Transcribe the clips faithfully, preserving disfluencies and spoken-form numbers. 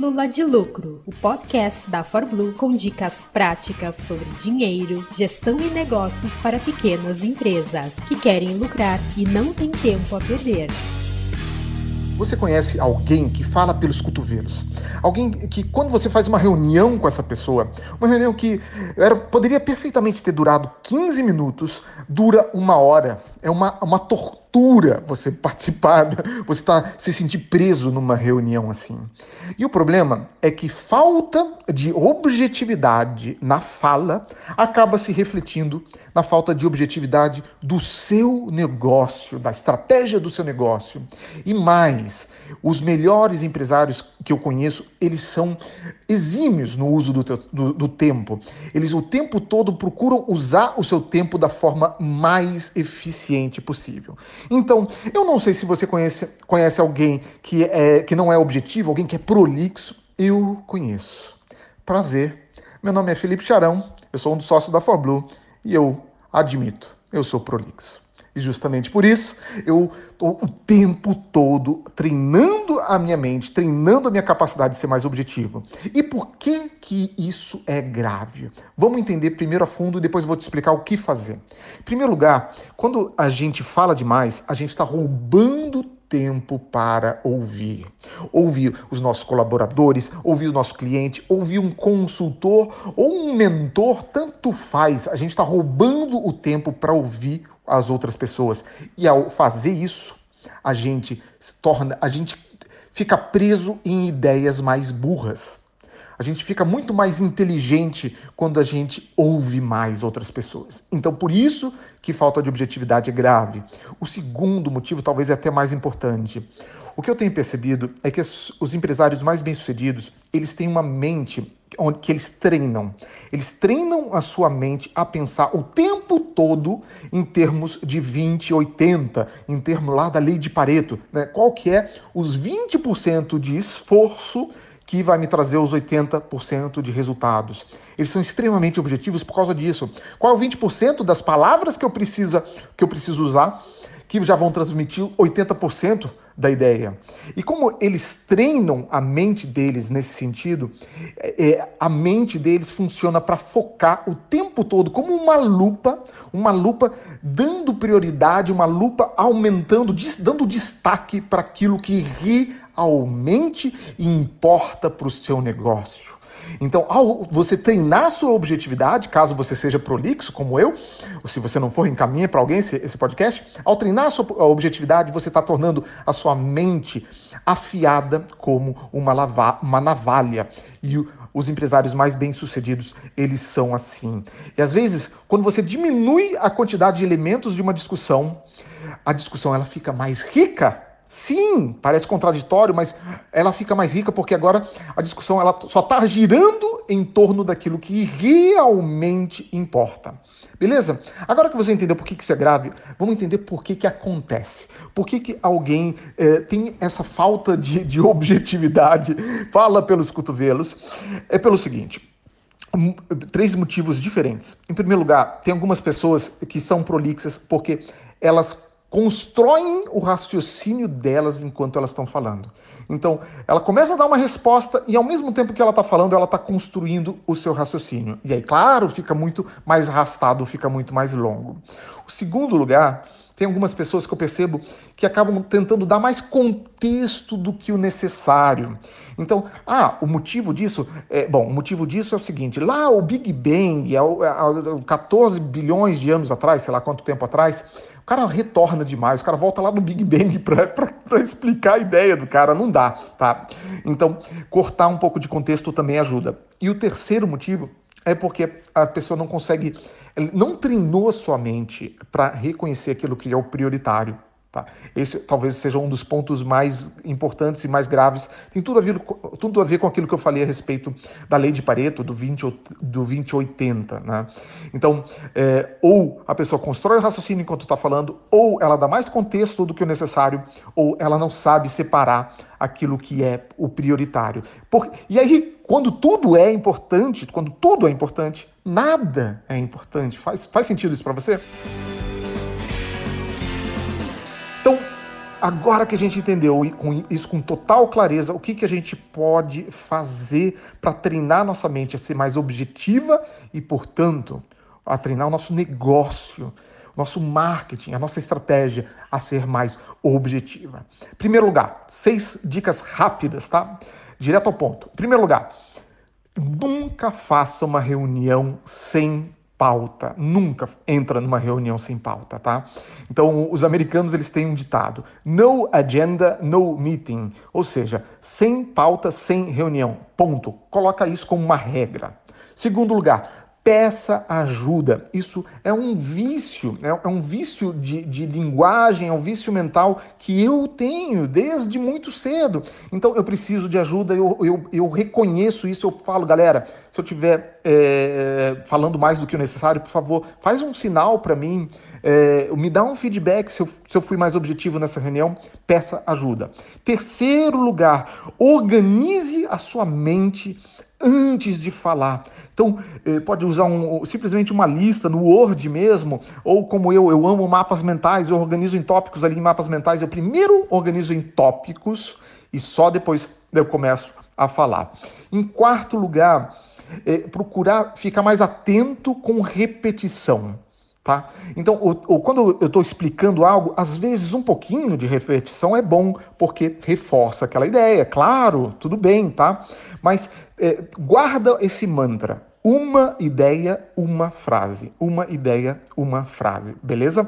Pílula de Lucro, o podcast da ForBlue com dicas práticas sobre dinheiro, gestão e negócios para pequenas empresas que querem lucrar e não têm tempo a perder. Você conhece alguém que fala pelos cotovelos? Alguém que, quando você faz uma reunião com essa pessoa, uma reunião que era, poderia perfeitamente ter durado quinze minutos, dura uma hora. É uma, uma tortura você participar, você tá, se sentir preso numa reunião assim. E o problema é que falta de objetividade na fala acaba se refletindo na falta de objetividade do seu negócio, da estratégia do seu negócio. E mais, os melhores empresários que eu conheço, eles são exímios no uso do, teu, do, do tempo. Eles o tempo todo procuram usar o seu tempo da forma mais eficiente possível. Então, eu não sei se você conhece, conhece alguém que, é, que não é objetivo, alguém que é prolixo. Eu conheço. Prazer. Meu nome é Felipe Charão, eu sou um dos sócios da ForBlue e eu admito, eu sou prolixo. E justamente por isso, eu estou o tempo todo treinando a minha mente, treinando a minha capacidade de ser mais objetivo. E por que que isso é grave? Vamos entender primeiro a fundo e depois eu vou te explicar o que fazer. Em primeiro lugar, quando a gente fala demais, a gente está roubando tempo para ouvir. Ouvir os nossos colaboradores, ouvir o nosso cliente, ouvir um consultor ou um mentor, tanto faz. A gente está roubando o tempo para ouvir as outras pessoas. E ao fazer isso, a gente se torna, a gente fica preso em ideias mais burras. A gente fica muito mais inteligente quando a gente ouve mais outras pessoas. Então, por isso que falta de objetividade é grave. O segundo motivo, talvez é até mais importante. O que eu tenho percebido é que os empresários mais bem-sucedidos, eles têm uma mente onde que eles treinam. Eles treinam a sua mente a pensar o tempo todo em termos de vinte, oitenta, em termos lá da lei de Pareto, né? Qual que é os vinte por cento de esforço que vai me trazer os oitenta por cento de resultados. Eles são extremamente objetivos por causa disso. Qual é o vinte por cento das palavras que eu preciso, que eu preciso usar que já vão transmitir oitenta por cento da ideia? E como eles treinam a mente deles nesse sentido, é, a mente deles funciona para focar o tempo todo como uma lupa, uma lupa dando prioridade, uma lupa aumentando, dando destaque para aquilo que realmente importa para o seu negócio. Então, ao você treinar sua objetividade, caso você seja prolixo, como eu, ou se você não for, encaminha para alguém esse, esse podcast, ao treinar sua objetividade, você está tornando a sua mente afiada como uma, lava, uma navalha. E o, os empresários mais bem-sucedidos, eles são assim. E às vezes, quando você diminui a quantidade de elementos de uma discussão, a discussão ela fica mais rica. Sim, parece contraditório, mas ela fica mais rica porque agora a discussão ela só está girando em torno daquilo que realmente importa. Beleza? Agora que você entendeu por que isso é grave, vamos entender por que que acontece. Por que que alguém eh, tem essa falta de, de objetividade, fala pelos cotovelos. É pelo seguinte. Três motivos diferentes. Em primeiro lugar, tem algumas pessoas que são prolixas porque elas constroem o raciocínio delas enquanto elas estão falando. Então, ela começa a dar uma resposta e ao mesmo tempo que ela está falando, ela está construindo o seu raciocínio. E aí, claro, fica muito mais arrastado, fica muito mais longo. O segundo lugar, tem algumas pessoas que eu percebo que acabam tentando dar mais contexto do que o necessário. Então, ah, o motivo disso, é, bom, o motivo disso é o seguinte, lá o Big Bang, há, há catorze bilhões de anos atrás, sei lá quanto tempo atrás, o cara retorna demais, o cara volta lá no Big Bang para explicar a ideia do cara, não dá, tá? Então, cortar um pouco de contexto também ajuda. E o terceiro motivo é porque a pessoa não consegue, não treinou a sua mente para reconhecer aquilo que é o prioritário. Tá? Esse talvez seja um dos pontos mais importantes e mais graves. Tem tudo a ver, tudo a ver com aquilo que eu falei a respeito da lei de Pareto, do vinte, do vinte oitenta. Né? Então, é, ou a pessoa constrói o raciocínio enquanto está falando, ou ela dá mais contexto do que o necessário, ou ela não sabe separar aquilo que é o prioritário. Por, e aí, quando tudo é importante, quando tudo é importante, nada é importante. Faz, faz sentido isso para você? Então, Agora que a gente entendeu isso com total clareza, o que, que a gente pode fazer para treinar nossa mente a ser mais objetiva e, portanto, a treinar o nosso negócio, o nosso marketing, a nossa estratégia a ser mais objetiva. Primeiro lugar, seis dicas rápidas, tá? Direto ao ponto. Primeiro lugar, nunca faça uma reunião sem pauta. Nunca entra numa reunião sem pauta, tá? Então, os americanos, eles têm um ditado: no agenda, no meeting. Ou seja, sem pauta, sem reunião. Ponto. Coloca isso como uma regra. Segundo lugar, peça ajuda. Isso é um vício, é um vício de, de linguagem, é um vício mental que eu tenho desde muito cedo. Então eu preciso de ajuda, eu, eu, eu reconheço isso, eu falo, galera, se eu estiver é, falando mais do que o necessário, por favor, faz um sinal para mim, é, me dá um feedback se eu, se eu fui mais objetivo nessa reunião, peça ajuda. Terceiro lugar, organize a sua mente antes de falar. Então, pode usar um, simplesmente uma lista no Word mesmo, ou como eu, eu amo mapas mentais, eu organizo em tópicos ali em mapas mentais. Eu primeiro organizo em tópicos e só depois eu começo a falar. Em quarto lugar, é, procurar ficar mais atento com repetição. Tá? Então, ou, ou quando eu estou explicando algo, às vezes um pouquinho de repetição é bom, porque reforça aquela ideia, claro, tudo bem, tá? Mas é, guarda esse mantra, uma ideia, uma frase, uma ideia, uma frase, beleza?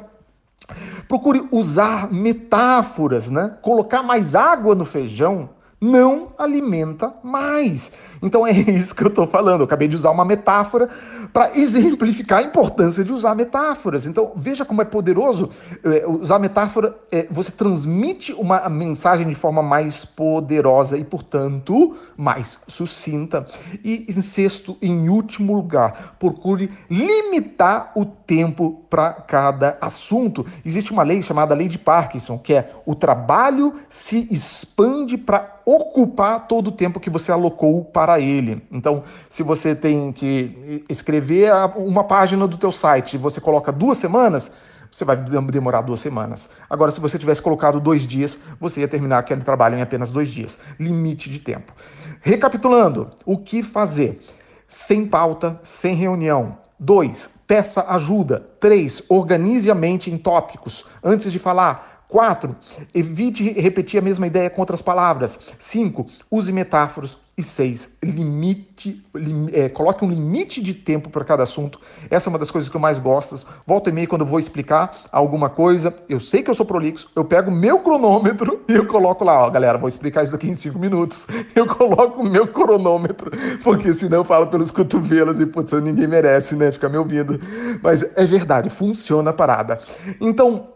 Procure usar metáforas, né? Colocar mais água no feijão não alimenta mais. Então é isso que eu estou falando. Eu acabei de usar uma metáfora para exemplificar a importância de usar metáforas. Então veja como é poderoso é, usar metáfora. É, você transmite uma mensagem de forma mais poderosa e, portanto, mais sucinta. E em sexto, em último lugar, procure limitar o tempo para cada assunto. Existe uma lei chamada Lei de Parkinson, que é: o trabalho se expande para ocupar todo o tempo que você alocou para ele. Então, se você tem que escrever uma página do teu site e você coloca duas semanas, você vai demorar duas semanas. Agora, se você tivesse colocado dois dias, você ia terminar aquele trabalho em apenas dois dias. Limite de tempo. Recapitulando, o que fazer? Sem pauta, sem reunião. Dois, peça ajuda. Três, organize a mente em tópicos antes de falar. Quatro, evite repetir a mesma ideia com outras palavras. Cinco, use metáforas. E seis, limite, lim, é, coloque um limite de tempo para cada assunto. Essa é uma das coisas que eu mais gosto. Volta e meia, quando eu vou explicar alguma coisa, eu sei que eu sou prolixo, eu pego o meu cronômetro e eu coloco lá, ó, galera, vou explicar isso daqui em cinco minutos. Eu coloco o meu cronômetro, porque senão eu falo pelos cotovelos e, putz, ninguém merece, né, ficar me ouvindo. Mas é verdade, funciona a parada. Então,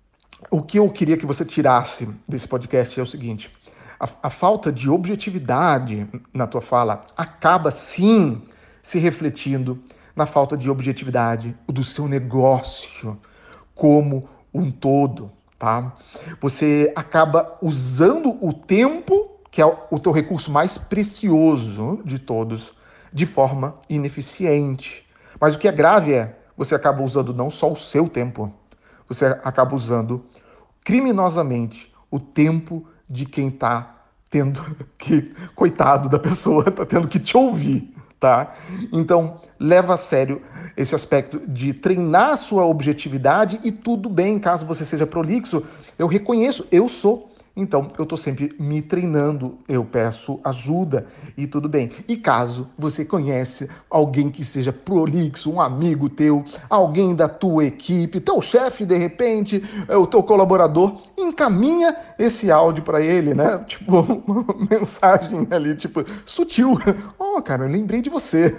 o que eu queria que você tirasse desse podcast é o seguinte: a, a falta de objetividade na tua fala acaba sim se refletindo na falta de objetividade do seu negócio como um todo, tá? Você acaba usando o tempo, que é o teu recurso mais precioso de todos, de forma ineficiente. Mas o que é grave é, você acaba usando não só o seu tempo, você acaba usando criminosamente o tempo de quem está tendo que, coitado da pessoa, está tendo que te ouvir, tá? Então, leva a sério esse aspecto de treinar a sua objetividade e tudo bem, caso você seja prolixo, eu reconheço, eu sou. Então, eu estou sempre me treinando, eu peço ajuda e tudo bem. E caso você conhece alguém que seja prolixo, um amigo teu, alguém da tua equipe, teu chefe de repente, o teu colaborador, encaminha esse áudio para ele, né? Tipo, uma mensagem ali, tipo, sutil. Oh, cara, eu lembrei de você.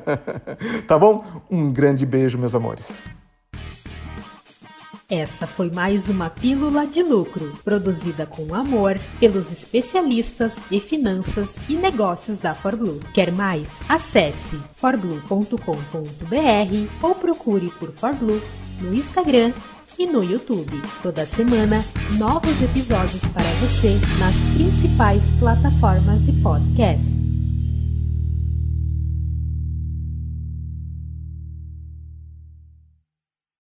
Tá bom? Um grande beijo, meus amores. Essa foi mais uma Pílula de Lucro, produzida com amor pelos especialistas em finanças e negócios da ForBlue. Quer mais? Acesse forblue ponto com ponto br ou procure por ForBlue no Instagram e no YouTube. Toda semana, novos episódios para você nas principais plataformas de podcast.